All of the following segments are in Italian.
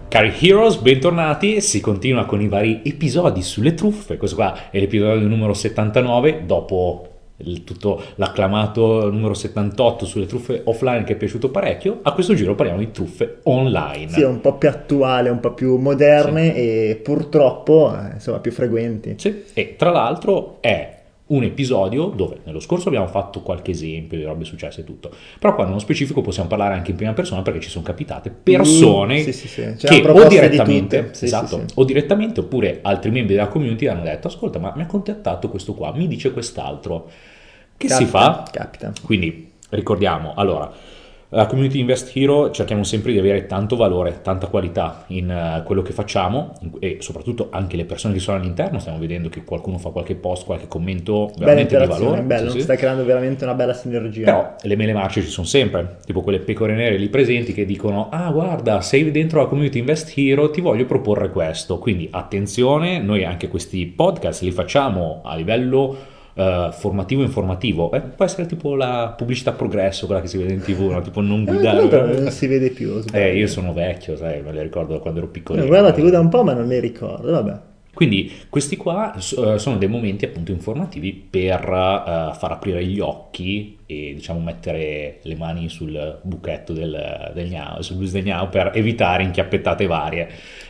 Cari Heroes, bentornati, si continua con i vari episodi sulle truffe, questo qua è l'episodio numero 79, dopo tutto l'acclamato numero 78 sulle truffe offline che è piaciuto parecchio, a questo giro parliamo di truffe online. Sì, un po' più attuale, un po' più moderne e purtroppo insomma più frequenti. Sì, e tra l'altro è un episodio dove nello scorso abbiamo fatto qualche esempio di robe successe e tutto, però qua nello specifico possiamo parlare anche in prima persona perché ci sono capitate persone Sì. C'erano che o proposte di direttamente, tutte. Sì, esatto, sì. o direttamente oppure altri membri della community hanno detto ascolta ma mi ha contattato questo qua, mi dice quest'altro, che si fa? Capita. Quindi ricordiamo, allora, la Community Invest Hero cerchiamo sempre di avere tanto valore, tanta qualità in quello che facciamo e soprattutto anche le persone che sono all'interno, stiamo vedendo che qualcuno fa qualche post, qualche commento Bella veramente di interazione, valore. bello, Sì, sì. stai creando veramente una bella sinergia. Però le mele marce ci sono sempre, tipo quelle pecore nere lì presenti che dicono ah guarda sei dentro la Community Invest Hero ti voglio proporre questo, quindi attenzione, noi anche questi podcast li facciamo a livello formativo e informativo, può essere tipo la pubblicità progresso, quella che si vede in TV, no? Tipo non guidare. Non si vede più, o sbaglio. Io sono vecchio, sai, me le ricordo da quando ero piccolino. Guarda, ti da un po', ma non ne ricordo, vabbè. Quindi questi qua sono dei momenti appunto informativi per far aprire gli occhi e diciamo mettere le mani sul buchetto del gnao, sul bus del gnao per evitare inchiappettate varie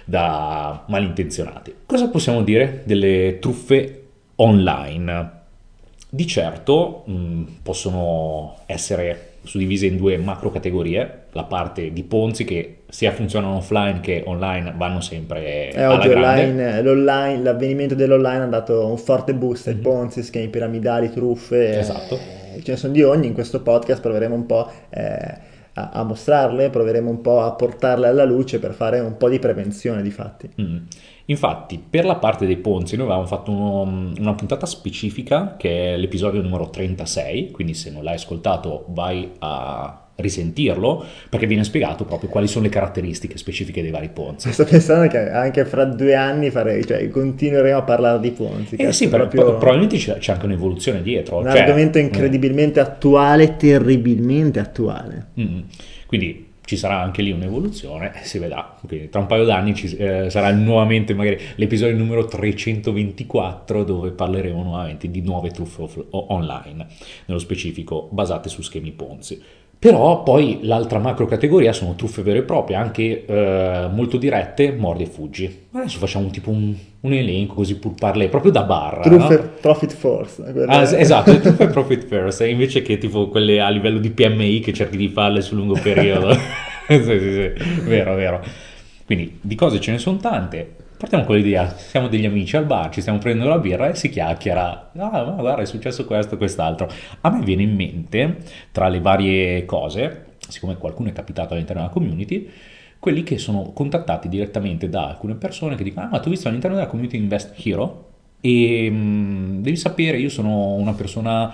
da malintenzionati. Cosa possiamo dire delle truffe online? Di certo possono essere suddivise in due macro categorie, la parte di Ponzi che sia funzionano offline che online vanno sempre alla Oggi grande. l'avvenimento dell'online ha dato un forte boost ai Ponzi, schemi piramidali, truffe, Esatto. ce ne sono di ogni. In questo podcast proveremo un po' a mostrarle, proveremo un po' a portarle alla luce per fare un po' di prevenzione di fatti. Infatti, per la parte dei Ponzi, noi avevamo fatto una puntata specifica che è l'episodio numero 36, quindi se non l'hai ascoltato vai a risentirlo perché viene spiegato proprio quali sono le caratteristiche specifiche dei vari Ponzi. Sto pensando che anche fra 2 anni continueremo a parlare di Ponzi. Sì, probabilmente c'è anche un'evoluzione dietro. Un argomento incredibilmente attuale, terribilmente attuale. Quindi ci sarà anche lì un'evoluzione, si vedrà. Quindi tra un paio d'anni sarà nuovamente magari l'episodio numero 324 dove parleremo nuovamente di nuove truffe online, nello specifico basate su schemi Ponzi. Però poi l'altra macro categoria sono truffe vere e proprie, anche molto dirette, mordi e fuggi. Adesso facciamo tipo un elenco così pur parlé, proprio da bar. Truffe no? profit first. Esatto, truffe profit first, invece che tipo quelle a livello di PMI che cerchi di farle sul lungo periodo. Sì, vero. Quindi di cose ce ne sono tante. Partiamo con l'idea, siamo degli amici al bar, ci stiamo prendendo la birra e si chiacchiera. Ah, ma guarda, è successo questo, quest'altro. A me viene in mente, tra le varie cose, siccome qualcuno è capitato all'interno della community, quelli che sono contattati direttamente da alcune persone che dicono: ah, ma tu hai visto all'interno della Community Invest Hero? E devi sapere, io sono una persona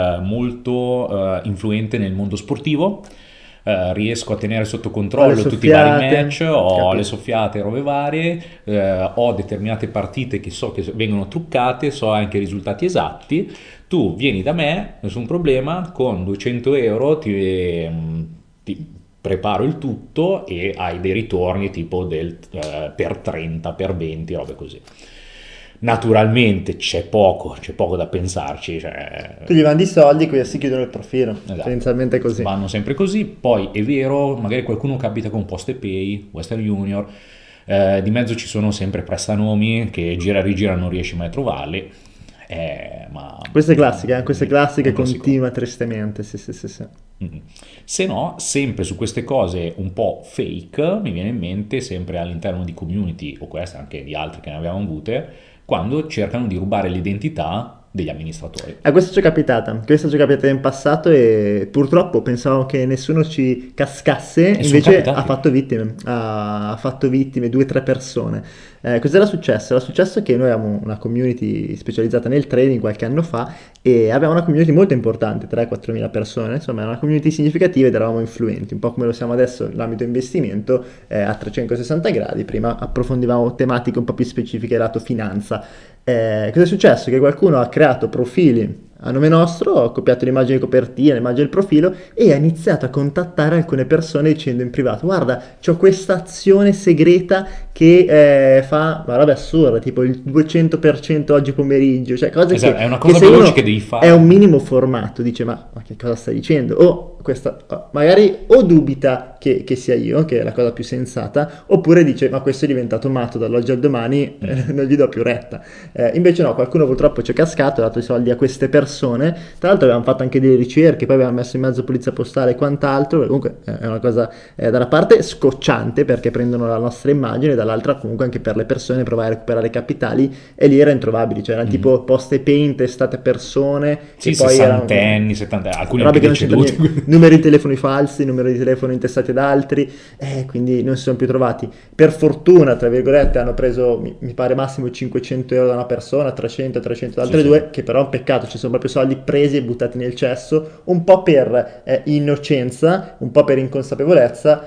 molto influente nel mondo sportivo. Riesco a tenere sotto controllo tutti i vari match, ho le soffiate, robe varie, ho determinate partite che so che vengono truccate, so anche i risultati esatti. Tu vieni da me, nessun problema, con 200 euro ti preparo il tutto e hai dei ritorni tipo per 30, per 20, robe così. Naturalmente c'è poco da pensarci. Tu gli mandi i soldi, quindi si chiudono il profilo. Esatto. Tendenzialmente così. Vanno sempre così. Poi è vero, magari qualcuno capita con PostePay, Western Union. Di mezzo ci sono sempre prestanomi che gira e rigira non riesci mai a trovarli. Ma queste classiche continua tristemente. Sì. Se no, sempre su queste cose un po' fake, mi viene in mente sempre all'interno di community, o queste anche di altre che ne abbiamo avute, quando cercano di rubare l'identità degli amministratori. Questa ci è capitata in passato e purtroppo pensavo che nessuno ci cascasse, invece ha fatto vittime 2 o 3 persone. Cos'era successo? Era successo che noi avevamo una community specializzata nel trading qualche anno fa e avevamo una community molto importante, 3-4 mila persone, insomma era una community significativa ed eravamo influenti, un po' come lo siamo adesso nell'ambito investimento a 360 gradi, prima approfondivamo tematiche un po' più specifiche lato finanza. Cosa è successo? Che qualcuno ha creato profili a nome nostro, ho copiato l'immagine di copertina, l'immagine del profilo e ha iniziato a contattare alcune persone dicendo in privato: guarda, c'ho questa azione segreta che fa una roba assurda, tipo il 200% oggi pomeriggio, cioè cose Esatto, che, è una che cosa se veloce uno che devi è fare. un minimo formato, dice ma che cosa stai dicendo? O questa, magari o dubita che sia io, che è la cosa più sensata, oppure dice ma questo è diventato matto dall'oggi al domani, non gli do più retta. Invece no, qualcuno purtroppo ci è cascato, ha dato i soldi a queste persone, tra l'altro avevamo fatto anche delle ricerche, poi avevamo messo in mezzo polizia postale e quant'altro, comunque è una cosa da una parte scocciante perché prendono la nostra immagine, dall'altra comunque anche per le persone provare a recuperare capitali e lì era introvabili, cioè erano tipo poste pay intestate persone che Sì, poi erano sessantenni, settantenni, alcuni robe anche che non c'entrano deceduti. niente, numeri di telefoni falsi, numeri di telefono intestati ad altri, quindi non si sono più trovati. Per fortuna, tra virgolette, hanno preso, mi pare massimo 500 euro da una persona, 300 da Sì, altre sì. due, che però è un peccato, ci sono proprio soldi presi e buttati nel cesso, un po' per innocenza, un po' per inconsapevolezza,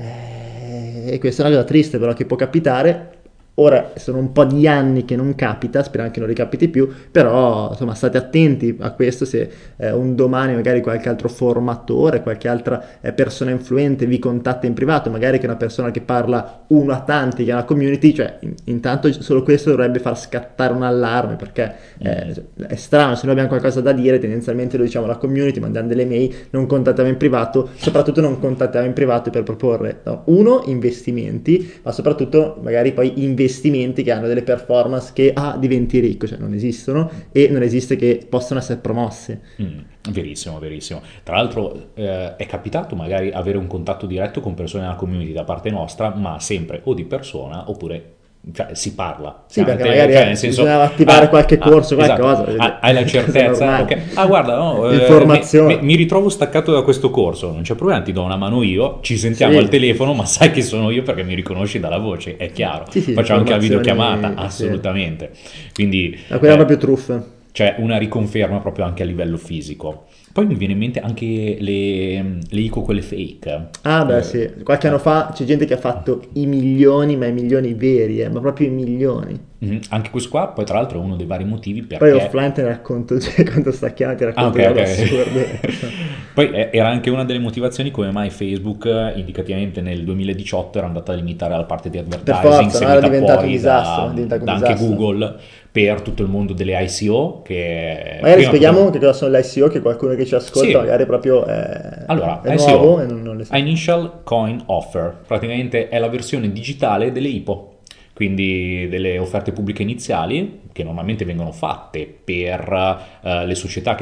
e questa è una cosa triste però che può capitare. Ora sono un po' di anni che non capita, speriamo che non ricapiti più, però insomma state attenti a questo se un domani magari qualche altro formatore, qualche altra persona influente vi contatta in privato, magari che è una persona che parla uno a tanti, che è una community, cioè intanto solo questo dovrebbe far scattare un allarme perché è strano, se noi abbiamo qualcosa da dire tendenzialmente lo diciamo alla community, mandiamo delle mail, non contattiamo in privato, soprattutto non contattiamo in privato per proporre, no, uno, investimenti, ma soprattutto magari poi investimenti che hanno delle performance che diventi ricco, cioè non esistono e non esiste che possano essere promosse. Verissimo, verissimo. Tra l'altro è capitato magari avere un contatto diretto con persone della community da parte nostra, ma sempre o di persona oppure cioè, si parla. Sì, perché Chiaramente, magari cioè, nel senso, bisognava attivare qualche corso, esatto, qualcosa, hai la cosa certezza, normale. ok. Guarda, no, Informazione. mi ritrovo staccato da questo corso, non c'è problema, ti do una mano io, ci sentiamo al Sì, telefono, ma sai che sono io perché mi riconosci dalla voce, è chiaro. sì, sì, Facciamo anche la videochiamata, informazioni, sì. assolutamente. Quindi Ma quelle erano proprio truffe. c'è una riconferma proprio anche a livello fisico. Poi mi viene in mente anche le ICO, quelle fake. Ah beh sì, qualche anno fa c'è gente che ha fatto i milioni, ma i milioni veri, ma proprio i milioni. Anche questo qua, poi tra l'altro è uno dei vari motivi Poi perché... offline te ne racconto, cioè quando stacchiamo ti Ah, racconto ok, delle robe ok. assurde. Poi era anche una delle motivazioni come mai Facebook indicativamente nel 2018 era andata a limitare la parte di Per advertising, forza, no? Era seguita diventato un poi disastro, è diventato un da anche disastro. Google per tutto il mondo delle ICO, che Magari prima spieghiamo potevano... che cosa sono le ICO, che qualcuno che ci ascolta Sì, magari proprio allora, è nuovo e ICO, non le sa. Initial Coin Offer, praticamente è la versione digitale delle IPO, quindi delle offerte pubbliche iniziali che normalmente vengono fatte per le società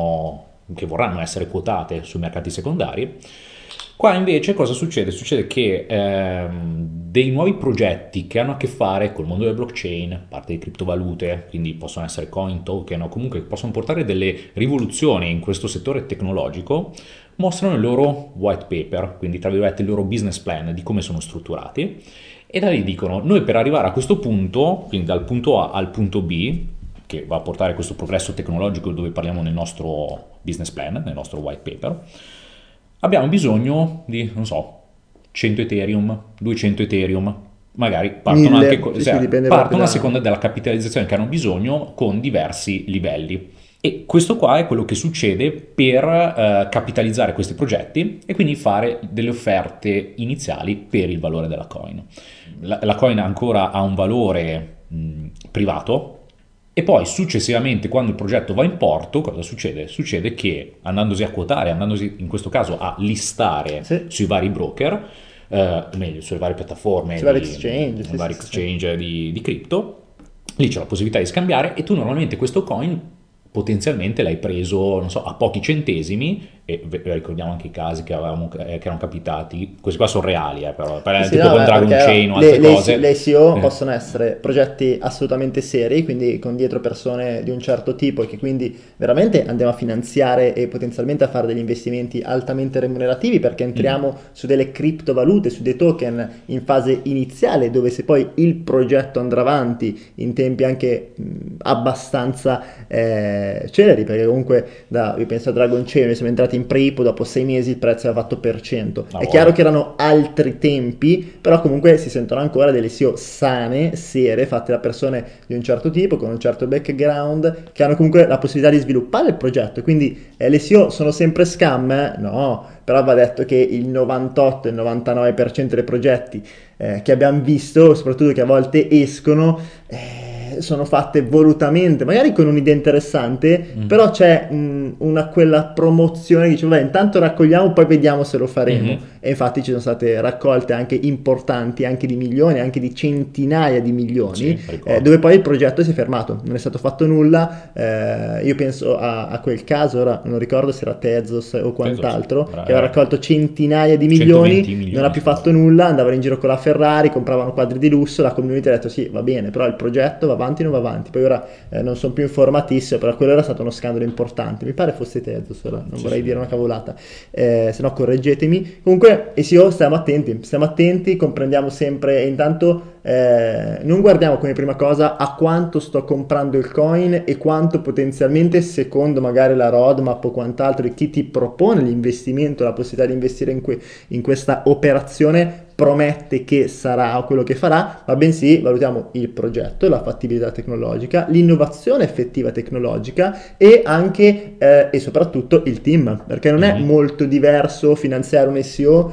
che vorranno essere quotate sui mercati secondari. Qua invece cosa succede? Succede che dei nuovi progetti che hanno a che fare col mondo del blockchain, parte di criptovalute, quindi possono essere coin, token o comunque possono portare delle rivoluzioni in questo settore tecnologico, mostrano il loro white paper, quindi tra virgolette il loro business plan di come sono strutturati e da lì dicono noi per arrivare a questo punto, quindi dal punto A al punto B, che va a portare questo progresso tecnologico dove parliamo nel nostro business plan, nel nostro white paper, abbiamo bisogno di, non so, 100 Ethereum, 200 Ethereum, magari partono anche, 1000, sì sì, dipende proprio partono a da... seconda della capitalizzazione che hanno bisogno con diversi livelli. E questo qua è quello che succede per capitalizzare questi progetti e quindi fare delle offerte iniziali per il valore della coin. La coin ancora ha un valore privato e poi successivamente quando il progetto va in porto cosa succede? Succede che andandosi a quotare, andandosi in questo caso a listare Sì, sui vari broker, meglio sulle varie piattaforme, su vari exchange, sì vari sì sì. exchange di cripto, lì c'è la possibilità di scambiare e tu normalmente questo coin potenzialmente l'hai preso, non so, a pochi centesimi e ricordiamo anche i casi che erano capitati, questi qua sono reali, però, Sì, sì, tipo no, con beh, Dragon perché Chain o altre cose. le ICO Eh, possono essere progetti assolutamente seri, quindi con dietro persone di un certo tipo e che quindi veramente andiamo a finanziare e potenzialmente a fare degli investimenti altamente remunerativi perché entriamo su delle criptovalute, su dei token in fase iniziale dove se poi il progetto andrà avanti in tempi anche abbastanza celeri, perché comunque io penso a Dragon Chain, noi siamo entrati andati in pre-IPO, dopo 6 mesi il prezzo aveva fatto per 100. È Wow. chiaro che erano altri tempi, però comunque si sentono ancora delle SEO sane, serie, fatte da persone di un certo tipo, con un certo background, che hanno comunque la possibilità di sviluppare il progetto. Quindi le SEO sono sempre scam? No, però va detto che il 98 e il 99% dei progetti che abbiamo visto, soprattutto che a volte escono, sono fatte volutamente, magari con un'idea interessante, però c'è quella promozione che dice, vabbè, intanto raccogliamo, poi vediamo se lo faremo. E infatti ci sono state raccolte anche importanti, anche di milioni, anche di centinaia di milioni, Sì, ricordo. dove poi il progetto si è fermato, non è stato fatto nulla. Io penso a quel caso, ora non ricordo se era Tezos o quant'altro, che aveva raccolto centinaia di 120 milioni, milioni, non ha più fatto nulla, andavano in giro con la Ferrari, compravano quadri di lusso, la community ha detto sì, va bene, però il progetto va avanti o non va avanti. Poi ora non sono più informatissimo, però quello era stato uno scandalo importante, mi pare fosse Tezos, ora non vorrei dire una cavolata, se no correggetemi. Comunque SEO, stiamo attenti, comprendiamo sempre, e intanto non guardiamo come prima cosa a quanto sto comprando il coin e quanto potenzialmente, secondo magari la roadmap o quant'altro di chi ti propone l'investimento, la possibilità di investire in questa operazione, promette che sarà o quello che farà, ma bensì valutiamo il progetto, la fattibilità tecnologica, l'innovazione effettiva tecnologica e anche e soprattutto il team, perché non è molto diverso finanziare un SEO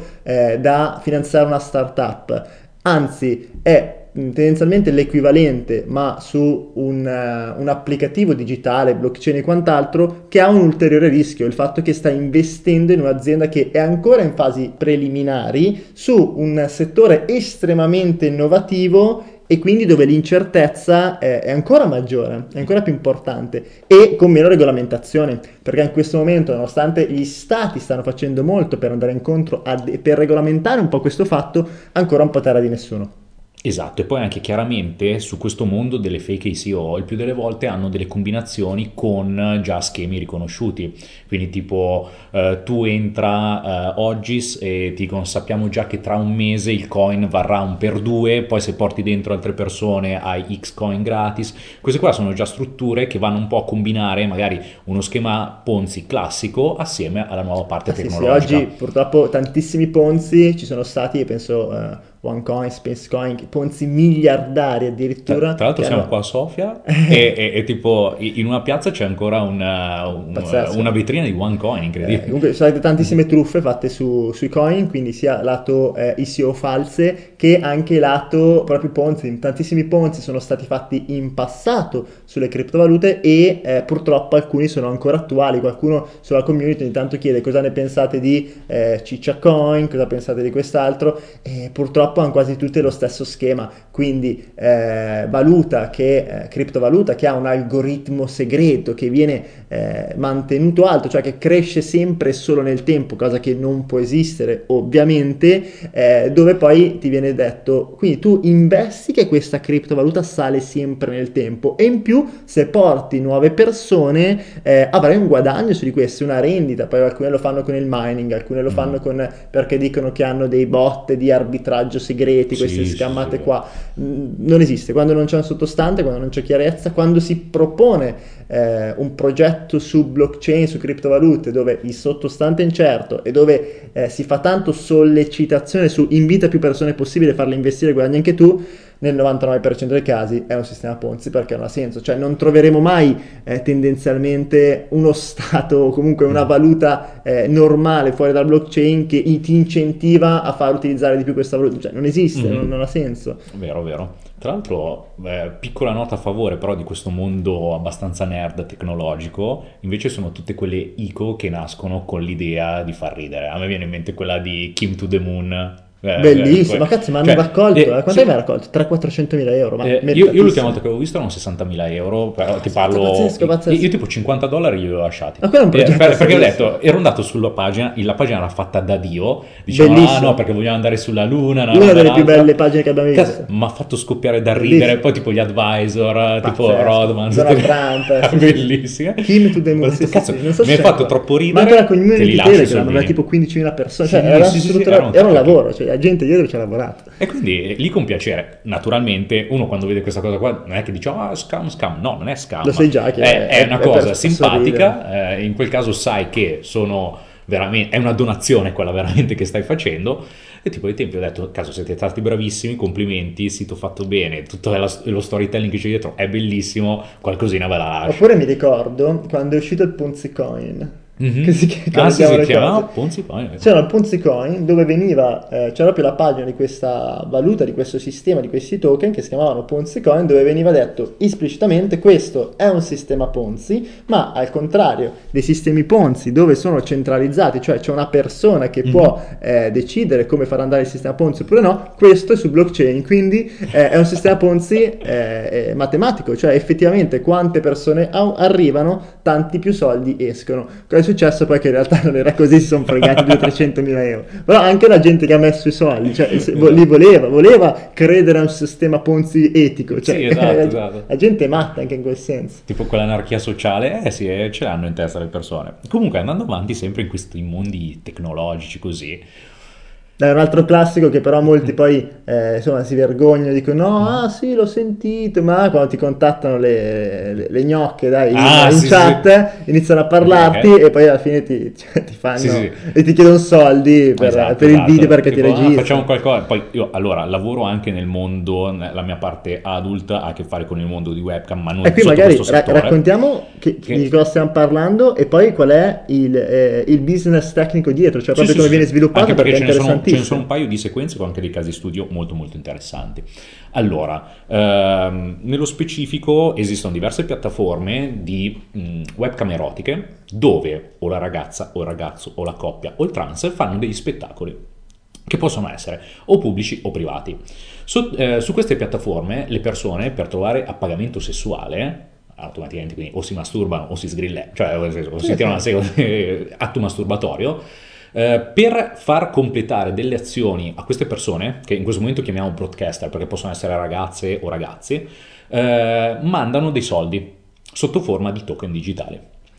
da finanziare una startup, anzi è tendenzialmente l'equivalente, ma su un applicativo digitale, blockchain e quant'altro, che ha un ulteriore rischio, il fatto che sta investendo in un'azienda che è ancora in fasi preliminari su un settore estremamente innovativo e quindi dove l'incertezza è ancora maggiore, è ancora più importante e con meno regolamentazione, perché in questo momento, nonostante gli stati stanno facendo molto per andare incontro per regolamentare un po' questo fatto, ancora un po' terra di nessuno. Esatto, e poi anche chiaramente su questo mondo delle fake SEO il più delle volte hanno delle combinazioni con già schemi riconosciuti, quindi tipo tu entra oggi e ti dicono sappiamo già che tra un mese il coin varrà un per due, poi se porti dentro altre persone hai X coin gratis. Queste qua sono già strutture che vanno un po' a combinare magari uno schema Ponzi classico assieme alla nuova parte tecnologica. Sì, oggi purtroppo tantissimi Ponzi ci sono stati, io penso OneCoin, SpaceCoin, Ponzi miliardari addirittura. Tra l'altro siamo qua a Sofia e tipo in una piazza c'è ancora una vetrina di OneCoin, incredibile. Comunque sono state tantissime truffe fatte sui coin, quindi sia lato ICO false che anche lato proprio Ponzi. Tantissimi Ponzi sono stati fatti in passato sulle criptovalute e purtroppo alcuni sono ancora attuali. Qualcuno sulla community ogni tanto chiede cosa ne pensate di Ciccia Coin, cosa pensate di quest'altro, e purtroppo hanno quasi tutte lo stesso schema, quindi criptovaluta che ha un algoritmo segreto che viene mantenuto alto, cioè che cresce sempre e solo nel tempo, cosa che non può esistere ovviamente, dove poi ti viene detto quindi tu investi che questa criptovaluta sale sempre nel tempo e in più se porti nuove persone avrai un guadagno su di questo, una rendita. Poi alcune lo fanno con il mining, alcune lo fanno perché dicono che hanno dei bot di arbitraggio segreti, queste scammate qua. Non esiste, quando non c'è un sottostante, quando non c'è chiarezza, quando si propone un progetto su blockchain, su criptovalute dove il sottostante è incerto e dove si fa tanto sollecitazione su invita più persone possibile a farle investire, guadagni anche tu, nel 99% dei casi è un sistema Ponzi, perché non ha senso, cioè non troveremo mai tendenzialmente uno stato o comunque una valuta normale fuori dal blockchain che ti incentiva a far utilizzare di più questa valuta, cioè non esiste, non ha senso. Vero, vero. Tra l'altro, piccola nota a favore però di questo mondo abbastanza nerd tecnologico, invece sono tutte quelle ICO che nascono con l'idea di far ridere. A me viene in mente quella di Kim to the Moon. Bellissimo, ma cazzo, ma hanno raccolto, quanto hai raccolto? 300-400 mila euro, ma io l'ultima volta che avevo visto erano 60.000 euro, però ti parlo, pazzesco. Io tipo $50 glieli ho lasciati, ma quello è un progetto perché ho detto, ero andato sulla pagina, la pagina era fatta da Dio, dicevano no perché vogliamo andare sulla luna, una delle più belle pagine che abbiamo visto, mi ha fatto scoppiare da ridere, poi tipo gli advisor, tipo Rodman, Donald Trump, bellissima, Kim to the Moon, mi hai fatto troppo ridere, ma anche la community che aveva tipo 15.000 persone, cioè era un lavoro, cioè la gente dietro ci ha lavorato. E quindi lì con piacere, naturalmente uno quando vede questa cosa qua non è che dice scam, no, non è scam, lo sai già che è una cosa simpatica, in quel caso sai che sono veramente, è una donazione quella veramente che stai facendo. E tipo ai tempi ho detto, caso siete stati bravissimi, complimenti, il sito fatto bene, tutto lo storytelling che c'è dietro è bellissimo, qualcosina ve la lascio. Oppure mi ricordo quando è uscito il Ponzi Coin, che si Sì, chiamava si le chiamava cose. Ponzi Coin. C'era il Ponzi Coin dove veniva, c'era proprio la pagina di questa valuta, di questo sistema, di questi token che si chiamavano Ponzi Coin, dove veniva detto esplicitamente questo è un sistema Ponzi, ma al contrario dei sistemi Ponzi dove sono centralizzati, cioè c'è una persona che può decidere come far andare il sistema Ponzi oppure no, questo è su blockchain, quindi è un sistema Ponzi matematico, cioè effettivamente quante persone arrivano, tanti più soldi escono. Cosa è successo poi? Che in realtà non era così, si sono fregati 200-300 mila euro. Però anche la gente che ha messo i soldi, cioè, li voleva credere a un sistema Ponzi etico, cioè, Sì, esatto. la gente è matta anche in quel senso. Tipo quell'anarchia sociale, sì, ce l'hanno in testa le persone. Comunque andando avanti sempre in questi mondi tecnologici così. È un altro classico che però molti poi insomma si vergognano, dicono no, ah sì l'ho sentito, ma quando ti contattano le gnocche dai, in Sì, chat iniziano a parlarti e poi alla fine ti fanno Sì. e ti chiedono soldi per il video perché Tipo, ti registri. facciamo qualcosa. Poi io allora lavoro anche nel mondo, la mia parte adult ha a che fare con il mondo di webcam, ma non E qui sotto magari questo settore. raccontiamo di cosa stiamo parlando e poi qual è il business tecnico dietro, cioè proprio come viene sviluppato, anche perché è ce ne sono interessantissimo. un paio di sequenze con anche dei casi studio molto molto interessanti. Allora, nello specifico esistono diverse piattaforme di webcam erotiche dove o la ragazza o il ragazzo o la coppia o il trans fanno degli spettacoli che possono essere o pubblici o privati. Su queste piattaforme le persone per trovare appagamento sessuale automaticamente quindi o si masturbano o si sgrillano, cioè o si tirano atto masturbatorio. Per far completare delle azioni a queste persone, che in questo momento chiamiamo broadcaster perché possono essere ragazze o ragazzi, mandano dei soldi sotto forma di token digitali.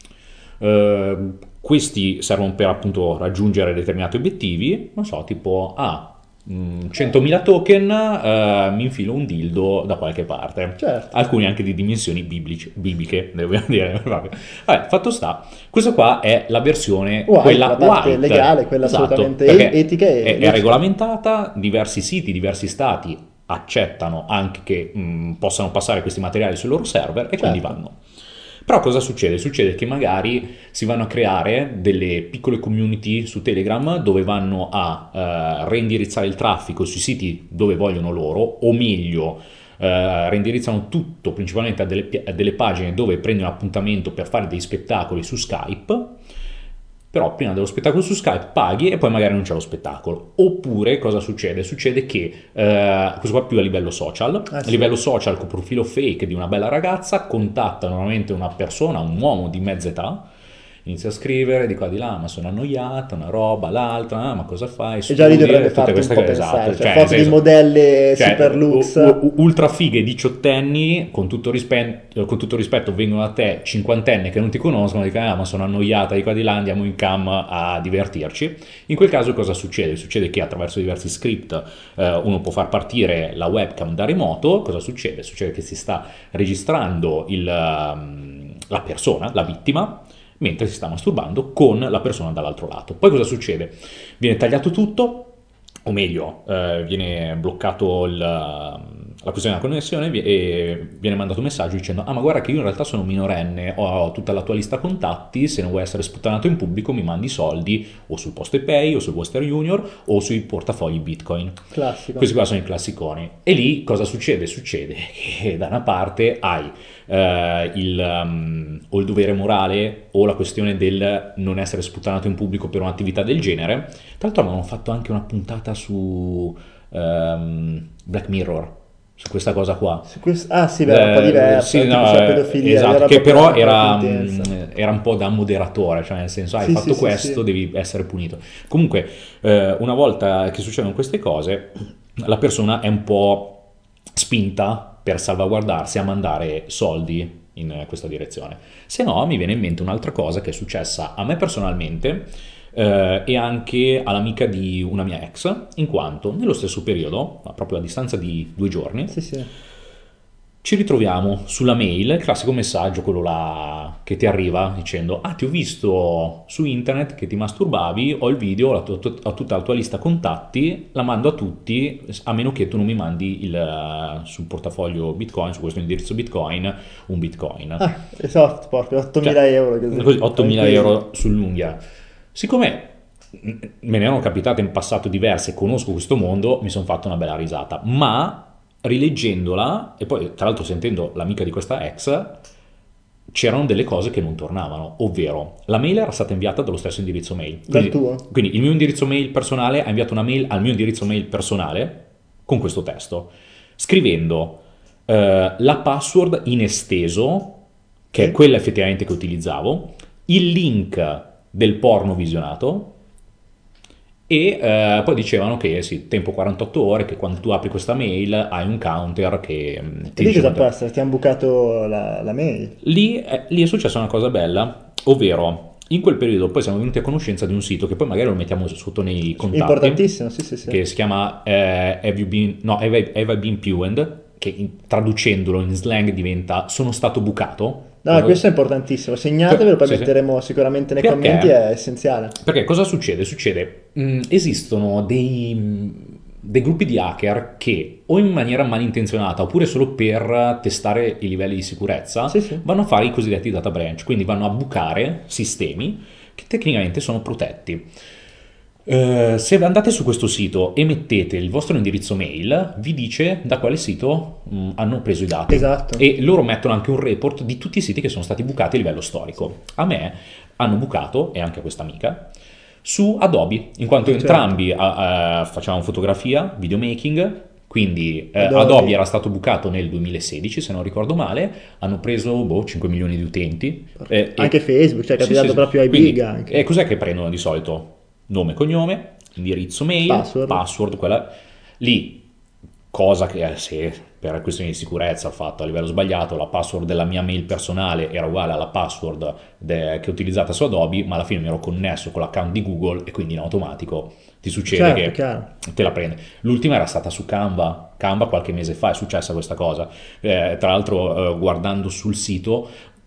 Questi servono per appunto raggiungere determinati obiettivi, non so, tipo 100.000 token, mi infilo un dildo da qualche parte. Certo. Alcuni anche di dimensioni bibliche, devo dire. Vabbè, fatto sta, questa qua è la versione quella la parte white, legale, quella assolutamente perché etica e è regolamentata, diversi siti, diversi stati accettano anche che possano passare questi materiali sui loro server e quindi vanno. Però cosa succede? Succede che magari si vanno a creare delle piccole community su Telegram dove vanno a reindirizzare il traffico sui siti dove vogliono loro, o meglio, reindirizzano tutto principalmente a delle pagine dove prendono appuntamento per fare dei spettacoli su Skype. Però prima dello spettacolo su Skype paghi e poi magari non c'è lo spettacolo. Oppure cosa succede? Succede che, questo qua più a livello social, a livello social con profilo fake di una bella ragazza, contatta normalmente una persona, un uomo di mezza età, inizia a scrivere di qua di là, ma sono annoiata, una roba, l'altra, ma cosa fai? E già lì dovrebbe tutte farti un queste po' cose, pensare, esatto. cioè foto di modelle super lux. Ultra fighe diciottenni, con tutto rispetto, vengono da te cinquantenni che non ti conoscono, dicono ma sono annoiata di qua di là, andiamo in cam a divertirci. In quel caso cosa succede? Succede che attraverso diversi script uno può far partire la webcam da remoto. Cosa succede? Succede che si sta registrando la persona, la vittima, mentre si sta masturbando con la persona dall'altro lato. Poi cosa succede? Viene tagliato tutto, o meglio, viene bloccato la questione della connessione e viene mandato un messaggio dicendo ma guarda che io in realtà sono minorenne, ho tutta la tua lista contatti, se non vuoi essere sputtanato in pubblico mi mandi soldi o sul PostePay o sul Western Union o sui portafogli Bitcoin. Classico. Questi qua sono i classiconi. E lì cosa succede? Succede che da una parte hai o il dovere morale o la questione del non essere sputtanato in pubblico per un'attività del genere. Tra l'altro avevano fatto anche una puntata su Black Mirror su questa cosa qua. Sì, beh, un po' diverso, sì, no, pedofilia, esatto, che però era intensa. un po' da moderatore, cioè nel senso hai Sì, fatto sì, questo, sì. devi essere punito. Comunque, una volta che succedono queste cose, la persona è un po' spinta per salvaguardarsi a mandare soldi in questa direzione. Se no, mi viene in mente un'altra cosa che è successa a me personalmente e anche all'amica di una mia ex, in quanto nello stesso periodo, ma proprio a distanza di 2 giorni, Sì, sì. Ci ritroviamo sulla mail, il classico messaggio, quello là che ti arriva dicendo: ah, ti ho visto su internet che ti masturbavi, ho il video, ho tutta la tua lista contatti, la mando a tutti, a meno che tu non mi mandi sul portafoglio Bitcoin, su questo indirizzo Bitcoin, un Bitcoin. Ah, esatto, proprio 8.000 Cioè, euro. 8.000 euro sull'unghia. Siccome me ne erano capitate in passato diverse, conosco questo mondo, mi sono fatto una bella risata, ma rileggendola, e poi tra l'altro sentendo l'amica di questa ex, c'erano delle cose che non tornavano, ovvero la mail era stata inviata dallo stesso indirizzo mail. Dal tuo? Quindi il mio indirizzo mail personale ha inviato una mail al mio indirizzo mail personale con questo testo, scrivendo la password in esteso, che è quella effettivamente che utilizzavo, il link del porno visionato, e poi dicevano che sì, tempo 48 ore, che quando tu apri questa mail hai un counter che ti E lì dice cosa può essere? Ti hanno bucato la mail? lì è successa una cosa bella, ovvero in quel periodo poi siamo venuti a conoscenza di un sito che poi magari lo mettiamo sotto nei contatti, Importantissimo, sì, sì, sì. che si chiama Have I Been Pwned, che traducendolo in slang diventa sono stato bucato. No, questo è importantissimo, segnatevelo, poi Sì, sì. metteremo sicuramente nei Perché? commenti, è essenziale. Perché cosa succede? Esistono dei gruppi di hacker che o in maniera malintenzionata oppure solo per testare i livelli di sicurezza Sì, sì. vanno a fare i cosiddetti data breach, quindi vanno a bucare sistemi che tecnicamente sono protetti. Se andate su questo sito e mettete il vostro indirizzo mail, vi dice da quale sito hanno preso i dati. Esatto. E loro mettono anche un report di tutti i siti che sono stati bucati a livello storico. A me hanno bucato, e anche a questa amica, su Adobe, in quanto Certo. entrambi facevamo fotografia, videomaking, quindi Adobe era stato bucato nel 2016, se non ricordo male, hanno preso 5 milioni di utenti. Anche Facebook, cioè è Sì, capitato sì, sì. proprio ai Quindi, big anche. E cos'è che prendono di solito? Nome, cognome, indirizzo mail, password, quella lì, cosa che se per questioni di sicurezza ho fatto a livello sbagliato, la password della mia mail personale era uguale alla password che ho utilizzata su Adobe, ma alla fine mi ero connesso con l'account di Google e quindi in automatico ti succede Certo, che chiaro. te la prende. L'ultima era stata su Canva qualche mese fa è successa questa cosa. Tra l'altro guardando sul sito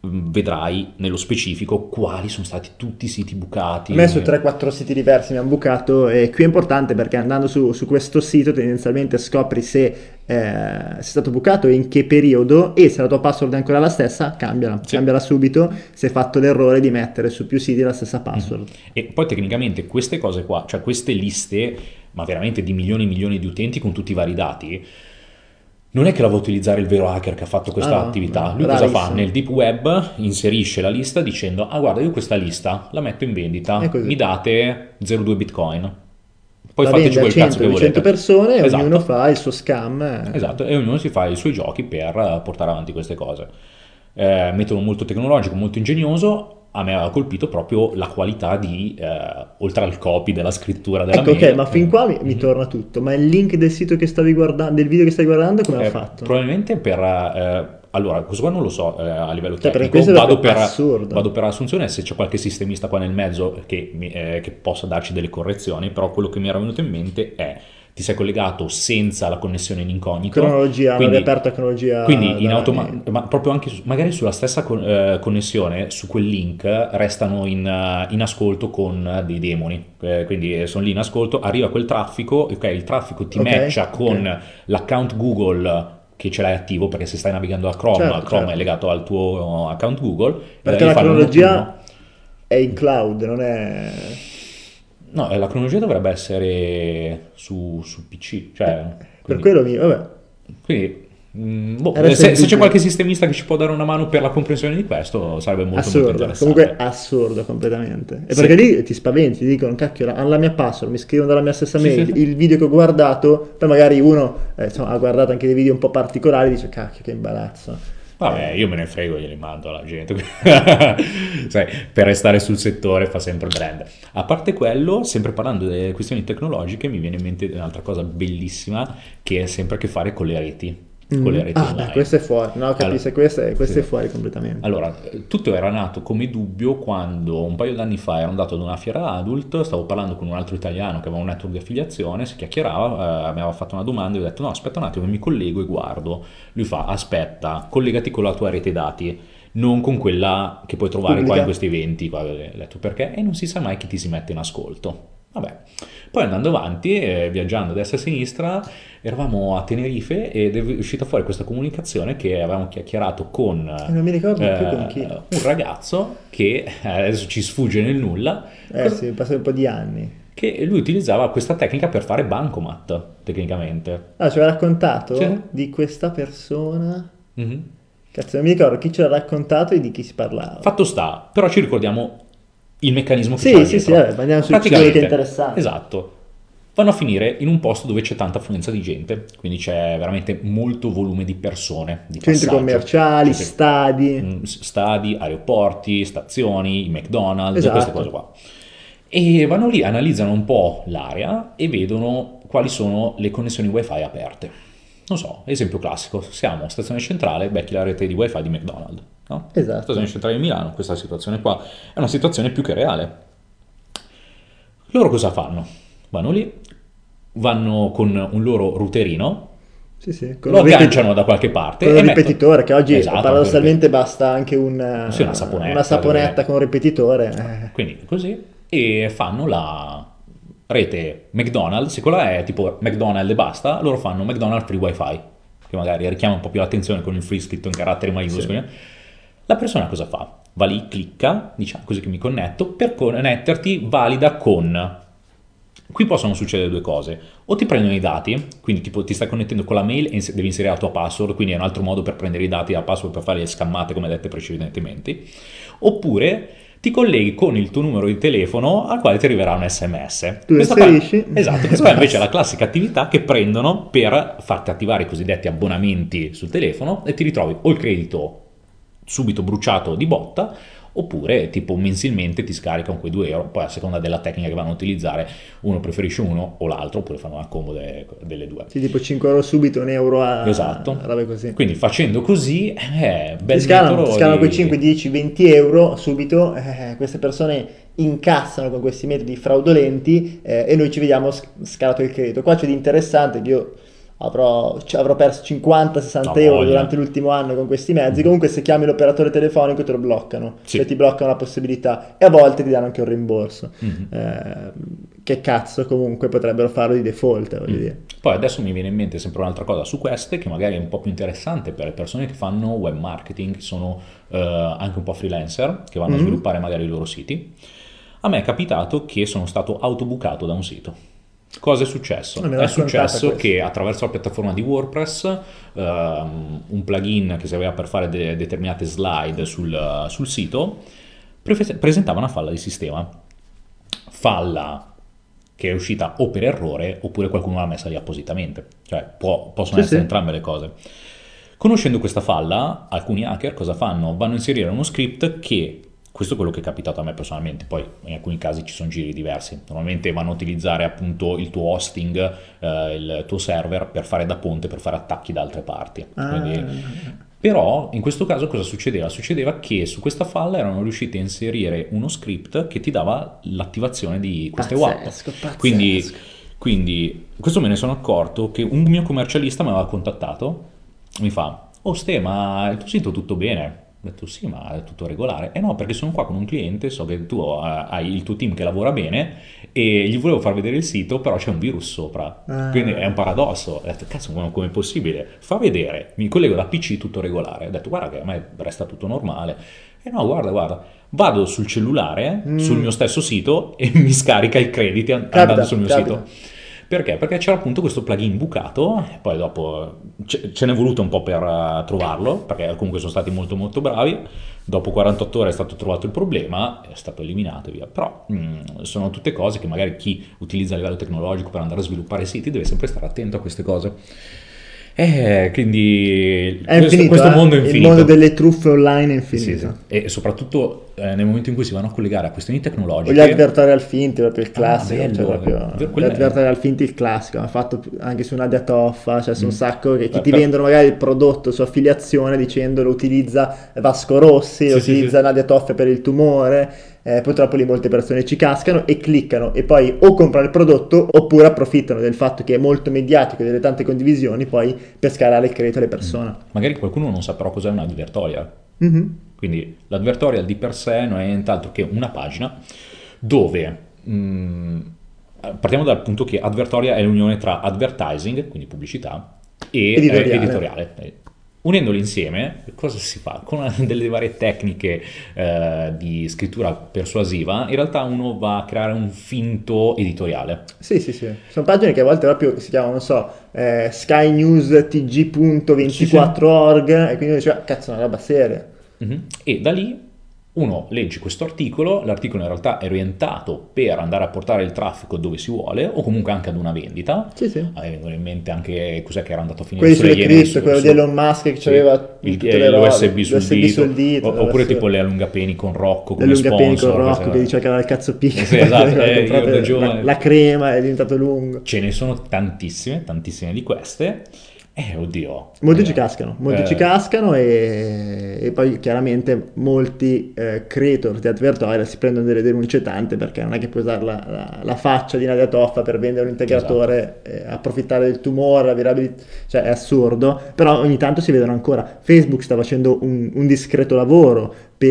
vedrai nello specifico quali sono stati tutti i siti bucati. A me su 3-4 siti diversi mi hanno bucato, e qui è importante perché andando su questo sito tendenzialmente scopri se sei stato bucato e in che periodo, e se la tua password è ancora la stessa, cambiala, Sì. cambiala subito se hai fatto l'errore di mettere su più siti la stessa password. E poi tecnicamente queste cose qua, cioè queste liste, ma veramente di milioni e milioni di utenti con tutti i vari dati, non è che la va a utilizzare il vero hacker che ha fatto questa no, attività. no, Lui cosa fa? bravissimo. Nel deep web inserisce la lista dicendo: ah, guarda, io questa lista la metto in È vendita, così. mi date 0,2 bitcoin. Poi La fateci vende a quel cazzo 100, che 200 volete. persone e Esatto. ognuno fa il suo scam. Esatto, e ognuno si fa i suoi giochi per portare avanti queste cose. Metodo molto tecnologico, molto ingegnoso. A me aveva colpito proprio la qualità oltre al copy della scrittura della Ecco, mail. ok, ma fin qua mi torna tutto. Ma il link del sito che stavi guardando, del video che stai guardando, come l'ha fatto? Probabilmente allora, questo qua non lo so a livello Cioè, perché tecnico, questo è assurdo. vado per assunzione se c'è qualche sistemista qua nel mezzo che possa darci delle correzioni, però quello che mi era venuto in mente è: ti sei collegato senza la connessione in incognito, Cronologia, hanno riaperto la cronologia. quindi ma proprio anche magari sulla stessa connessione, su quel link restano in ascolto con dei demoni, quindi sono lì in ascolto, arriva quel traffico, ok, il traffico ti Ok, matcha con ok. l'account Google che ce l'hai attivo, perché se stai navigando a Chrome, Certo, Chrome è certo. legato al tuo account Google, Perché gli la fa il cronologia notino. è in cloud, non è. No, la cronologia dovrebbe essere su PC, cioè, Per quindi, quello vabbè. quindi, Resta il se c'è dubbio. qualche sistemista che ci può dare una mano per la comprensione di questo, sarebbe molto molto Assurdo, interessante. comunque assurdo completamente. E Sì. perché lì ti spaventi, ti dicono, cacchio, hanno la mia password, mi scrivono dalla mia stessa Sì, mail, sì, sì. il video che ho guardato, poi magari uno insomma, ha guardato anche dei video un po' particolari, dice, cacchio, che imbarazzo. Vabbè, io me ne frego, glieli mando alla gente. Sai, per restare sul settore fa sempre brand. A parte quello, sempre parlando delle questioni tecnologiche, mi viene in mente un'altra cosa bellissima che ha sempre a che fare con le reti. con le reti online. Beh, questo è fuori, no? Capisci, questo è fuori completamente. Allora, tutto era nato come dubbio quando un paio d'anni fa ero andato ad una fiera adult, stavo parlando con un altro italiano che aveva un network di affiliazione, si chiacchierava, mi aveva fatto una domanda e ho detto no, aspetta un attimo che mi collego e guardo. Lui fa, aspetta, collegati con la tua rete dati, non con quella che puoi trovare qua in questi eventi. Qua. Ho detto perché? E non si sa mai chi ti si mette in ascolto. Vabbè, poi andando avanti, viaggiando a destra e a sinistra, eravamo a Tenerife ed è uscita fuori questa comunicazione che avevamo chiacchierato con non mi ricordo più con chi. un ragazzo che adesso ci sfugge nel nulla. Sì, passano un po' di anni. Che lui utilizzava questa tecnica per fare bancomat, tecnicamente. Ah, ci aveva raccontato Sì. di questa persona. Mm-hmm. Cazzo, non mi ricordo chi ce l'ha raccontato e di chi si parlava. Fatto sta, però ci ricordiamo il meccanismo che Sì, c'è sì, dietro. vabbè, andiamo su quello che è interessante. Esatto. Vanno a finire in un posto dove c'è tanta affluenza di gente, quindi c'è veramente molto volume di persone, di Centri passaggio. commerciali, stadi. Stadi, aeroporti, stazioni, i McDonald's, Esatto. queste cose qua. E vanno lì, analizzano un po' l'area e vedono quali sono le connessioni wifi aperte. Non so, esempio classico, siamo a stazione centrale, becchi la rete di wifi di McDonald's, no? Esatto. Stazione centrale di Milano, questa situazione qua è una situazione più che reale. Loro cosa fanno? Vanno lì, vanno con un loro routerino, Sì, lo agganciano da qualche parte. Con un ripetitore, che oggi Esatto, paradossalmente basta anche una saponetta con un ripetitore. Quindi così, e fanno la rete McDonald's, se quella è tipo McDonald's e basta, loro fanno McDonald's free wifi, che magari richiama un po' più l'attenzione con il free scritto in caratteri maiuscoli. Sì. La persona cosa fa? Va lì, clicca, diciamo così che mi connetto, per connetterti valida con... Qui possono succedere due cose: o ti prendono i dati, quindi tipo ti stai connettendo con la mail e devi inserire la tua password, quindi è un altro modo per prendere i dati dalla password per fare le scammate come dette precedentemente, oppure ti colleghi con il tuo numero di telefono al quale ti arriverà un SMS. Tu inserisci. Esatto, questa invece è la classica attività che prendono per farti attivare i cosiddetti abbonamenti sul telefono e ti ritrovi o il credito subito bruciato di botta, oppure tipo mensilmente ti scaricano quei 2 euro, poi a seconda della tecnica che vanno a utilizzare uno preferisce uno o l'altro, oppure fanno una combo delle due. Sì, tipo 5 euro subito, 1 euro a... Esatto. Robe così. Quindi facendo così, ti scalano quei 5, 10, 20 euro subito, queste persone incassano con questi metodi fraudolenti e noi ci vediamo scalato il credito. Qua c'è di interessante che io... Avrò perso 50-60 euro durante l'ultimo anno con questi mezzi. Comunque se chiami l'operatore telefonico te lo bloccano, sì. Cioè ti bloccano la possibilità e a volte ti danno anche un rimborso. Che cazzo, comunque potrebbero farlo di default, voglio dire. Poi adesso mi viene in mente sempre un'altra cosa su queste che magari è un po' più interessante per le persone che fanno web marketing, che sono anche un po' freelancer, che vanno a sviluppare magari i loro siti. A me è capitato che sono stato autobucato da un sito. Cosa è successo? È successo che attraverso la piattaforma di WordPress un plugin che serviva per fare determinate slide sul sito presentava una falla di sistema. Falla che è uscita o per errore oppure qualcuno l'ha messa lì appositamente. Cioè possono essere entrambe le cose. Conoscendo questa falla, alcuni hacker cosa fanno? Vanno a inserire uno script che... Questo è quello che è capitato a me personalmente, poi in alcuni casi ci sono giri diversi. Normalmente vanno a utilizzare appunto il tuo hosting, il tuo server per fare da ponte, per fare attacchi da altre parti. Quindi, però in questo caso cosa succedeva? Succedeva che su questa falla erano riusciti a inserire uno script che ti dava l'attivazione di queste WAP. Quindi questo me ne sono accorto che un mio commercialista mi aveva contattato, mi fa: "Oh Ste, ma il tuo sito tutto bene?" Ho detto sì, ma è tutto regolare. No, perché sono qua con un cliente, so che tu hai il tuo team che lavora bene e gli volevo far vedere il sito, però c'è un virus sopra. Quindi è un paradosso. Ho detto, cazzo, come è possibile? Fa vedere, mi collego da PC tutto regolare. Ho detto, guarda che a me resta tutto normale. E no, guarda, vado sul cellulare, sul mio stesso sito e mi scarica i crediti andando sul mio sito. Perché? Perché c'era appunto questo plugin bucato, e poi dopo ce n'è voluto un po' per trovarlo, perché comunque sono stati molto molto bravi. Dopo 48 ore è stato trovato il problema, è stato eliminato e via. Però sono tutte cose che magari chi utilizza a livello tecnologico per andare a sviluppare siti deve sempre stare attento a queste cose. Quindi è infinito, questo mondo è infinito. Il mondo delle truffe online è infinito. Sì. E soprattutto nel momento in cui si vanno a collegare a questioni O tecnologiche. gli advertorial finti, proprio il classico, bello, cioè proprio gli advertorial finti il classico, hanno fatto anche su Nadia Toffa, cioè su un sacco che ti vendono magari il prodotto su affiliazione dicendo lo utilizza Vasco Rossi, lo utilizza Nadia Toffa per il tumore, purtroppo lì molte persone ci cascano e cliccano e poi o comprano il prodotto oppure approfittano del fatto che è molto mediatico e delle tante condivisioni poi per scalare il credito alle persone. Magari qualcuno non sa però cos'è un advertorial. Mm-hmm. Quindi l'advertorial di per sé non è nient'altro che una pagina dove partiamo dal punto che advertorial è l'unione tra advertising, quindi pubblicità, e editoriale. Unendoli insieme, cosa si fa? Con delle varie tecniche di scrittura persuasiva, in realtà uno va a creare un finto editoriale. Sì, sono pagine che a volte proprio si chiamano, non so, skynewstg.24org e quindi uno dice, cazzo, è una roba seria. E da lì uno legge questo articolo, l'articolo in realtà è orientato per andare a portare il traffico dove si vuole o comunque anche ad una vendita. Sì. Vengono in mente anche cos'è che era andato a finire quelli sulle cripto, quello di Elon Musk che aveva l'USB sul dito, oppure tipo le le allungapeni con Rocco come le allungapeni sponsor, con Rocco che diceva che aveva il cazzo piccolo. Sì, esatto, io da giovane. La crema è diventato lungo. Ce ne sono tantissime di queste. Oddio. Molti ci cascano e poi chiaramente molti creator di advertorial si prendono delle denunce tante perché non è che puoi usare la faccia di Nadia Toffa per vendere un integratore, approfittare del tumore, la virabilità, cioè è assurdo, però ogni tanto si vedono ancora. Facebook sta facendo un discreto lavoro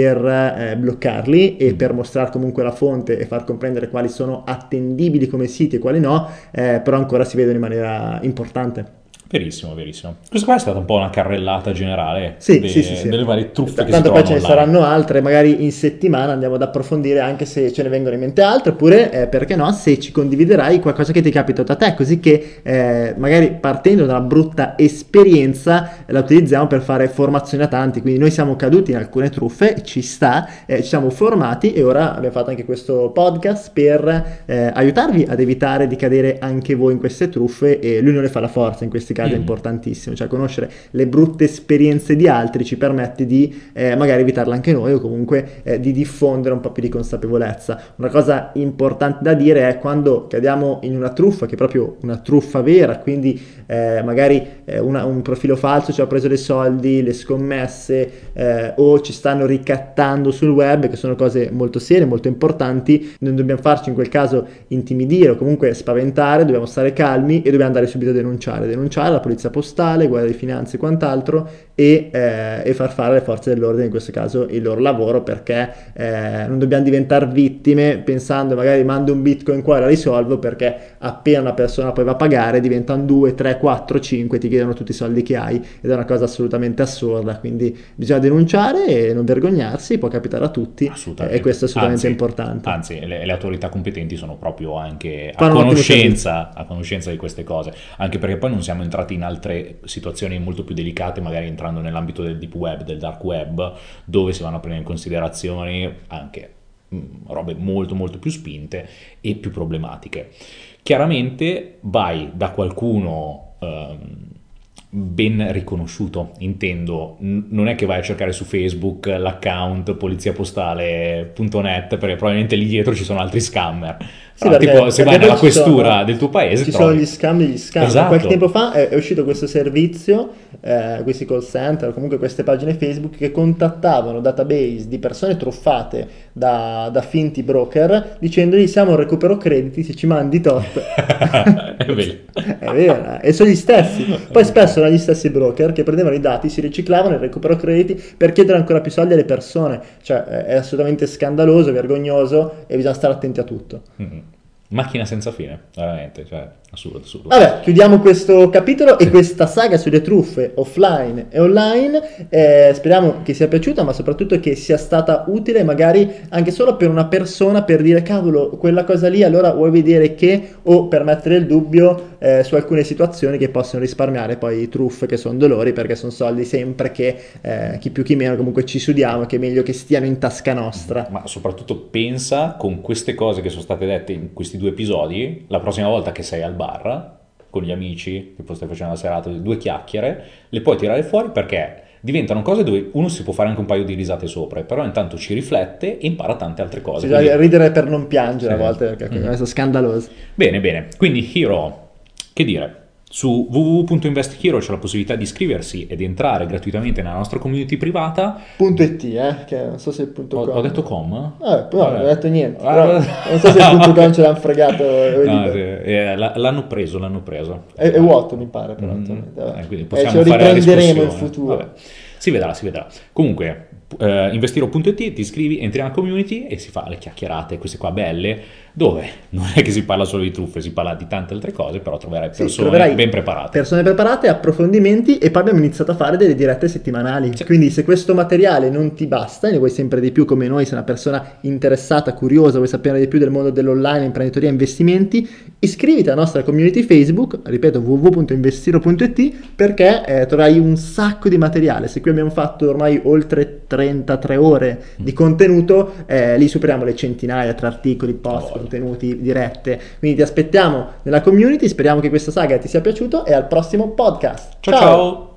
per bloccarli e per mostrare comunque la fonte e far comprendere quali sono attendibili come siti e quali no, però ancora si vedono in maniera importante. Verissimo. Questa qua è stata un po' una carrellata generale delle varie truffe che si tanto trovano poi ce ne online. saranno altre, magari in settimana andiamo ad approfondire anche se ce ne vengono in mente altre, oppure perché no, se ci condividerai qualcosa che ti è capitato a te, così che magari partendo da una brutta esperienza la utilizziamo per fare formazione a tanti. Quindi noi siamo caduti in alcune truffe, ci siamo formati e ora abbiamo fatto anche questo podcast per aiutarvi ad evitare di cadere anche voi in queste truffe, e l'unione fa la forza in questi casi. È importantissimo, cioè conoscere le brutte esperienze di altri ci permette di magari evitarle anche noi o comunque di diffondere un po' più di consapevolezza. Una cosa importante da dire è quando cadiamo in una truffa, che è proprio una truffa vera, quindi magari un profilo falso ci ha preso dei soldi, le scommesse o ci stanno ricattando sul web, che sono cose molto serie, molto importanti. Non dobbiamo farci in quel caso intimidire o comunque spaventare, dobbiamo stare calmi e dobbiamo andare subito a denunciare la polizia postale, guardia di finanze e quant'altro e far fare alle forze dell'ordine in questo caso il loro lavoro, perché non dobbiamo diventare vittime pensando magari mando un bitcoin qua e la risolvo, perché appena una persona poi va a pagare diventano 2, 3, 4, 5, ti chiedono tutti i soldi che hai ed è una cosa assolutamente assurda. Quindi bisogna denunciare e non vergognarsi, può capitare a tutti e questo è assolutamente importante. Anzi, le autorità competenti sono proprio anche a conoscenza di queste cose, anche perché poi non siamo entrati in altre situazioni molto più delicate, magari entrando nell'ambito del deep web, del dark web, dove si vanno a prendere in considerazione anche robe molto molto più spinte e più problematiche. Chiaramente vai da qualcuno ben riconosciuto, intendo, non è che vai a cercare su Facebook l'account poliziapostale.net, perché probabilmente lì dietro ci sono altri scammer. Sì, tipo, se vai nella questura del tuo paese ci sono gli scambi. Esatto. Qualche tempo fa è uscito questo servizio, questi call center, comunque queste pagine Facebook che contattavano database di persone truffate da finti broker dicendogli siamo un recupero crediti se ci mandi tot. È vero, e sono gli stessi. Poi spesso erano gli stessi broker che prendevano i dati, si riciclavano il recupero crediti per chiedere ancora più soldi alle persone. Cioè è assolutamente scandaloso, vergognoso e bisogna stare attenti a tutto. Macchina senza fine, veramente, cioè assurdo. Vabbè, chiudiamo questo capitolo e questa saga sulle truffe offline e online. Speriamo che sia piaciuta, ma soprattutto che sia stata utile, magari anche solo per una persona, per dire cavolo, quella cosa lì, allora vuoi vedere che, o per mettere il dubbio su alcune situazioni che possono risparmiare poi truffe che sono dolori, perché sono soldi sempre che chi più chi meno comunque ci sudiamo, che è meglio che stiano in tasca nostra. Ma soprattutto pensa, con queste cose che sono state dette in questi 2 episodi, la prossima volta che sei al bar con gli amici, che poi stai facendo una serata di 2 chiacchiere, le puoi tirare fuori perché diventano cose dove uno si può fare anche un paio di risate sopra, però intanto ci riflette e impara tante altre cose. Sì, ridere per non piangere a volte, perché è scandaloso. Bene, quindi Hero, che dire? Su www.investhero c'è la possibilità di iscriversi e di entrare gratuitamente nella nostra community privata. .it, che non so se il .com. Ho detto com? No, non ho detto niente. Però non so se il .com ce l'hanno fregato. No, l'hanno preso. È vuoto, mi pare, però. Quindi possiamo ce lo fare la riprenderemo in discussione. futuro. Vabbè. Si vedrà. Comunque, investiro.it, ti iscrivi, entri nella community e si fa le chiacchierate, queste qua belle, dove non è che si parla solo di truffe, si parla di tante altre cose, però troverai persone ben preparate. Persone preparate, approfondimenti, e poi abbiamo iniziato a fare delle dirette settimanali. Sì. Quindi se questo materiale non ti basta e ne vuoi sempre di più come noi, sei una persona interessata, curiosa, vuoi sapere di più del mondo dell'online, imprenditoria e investimenti, iscriviti alla nostra community Facebook, ripeto www.investiro.it, perché troverai un sacco di materiale. Se qui abbiamo fatto ormai oltre 33 ore di contenuto, lì superiamo le centinaia tra articoli, post, contenuti, dirette. Quindi ti aspettiamo nella community, speriamo che questa saga ti sia piaciuta e al prossimo podcast. Ciao.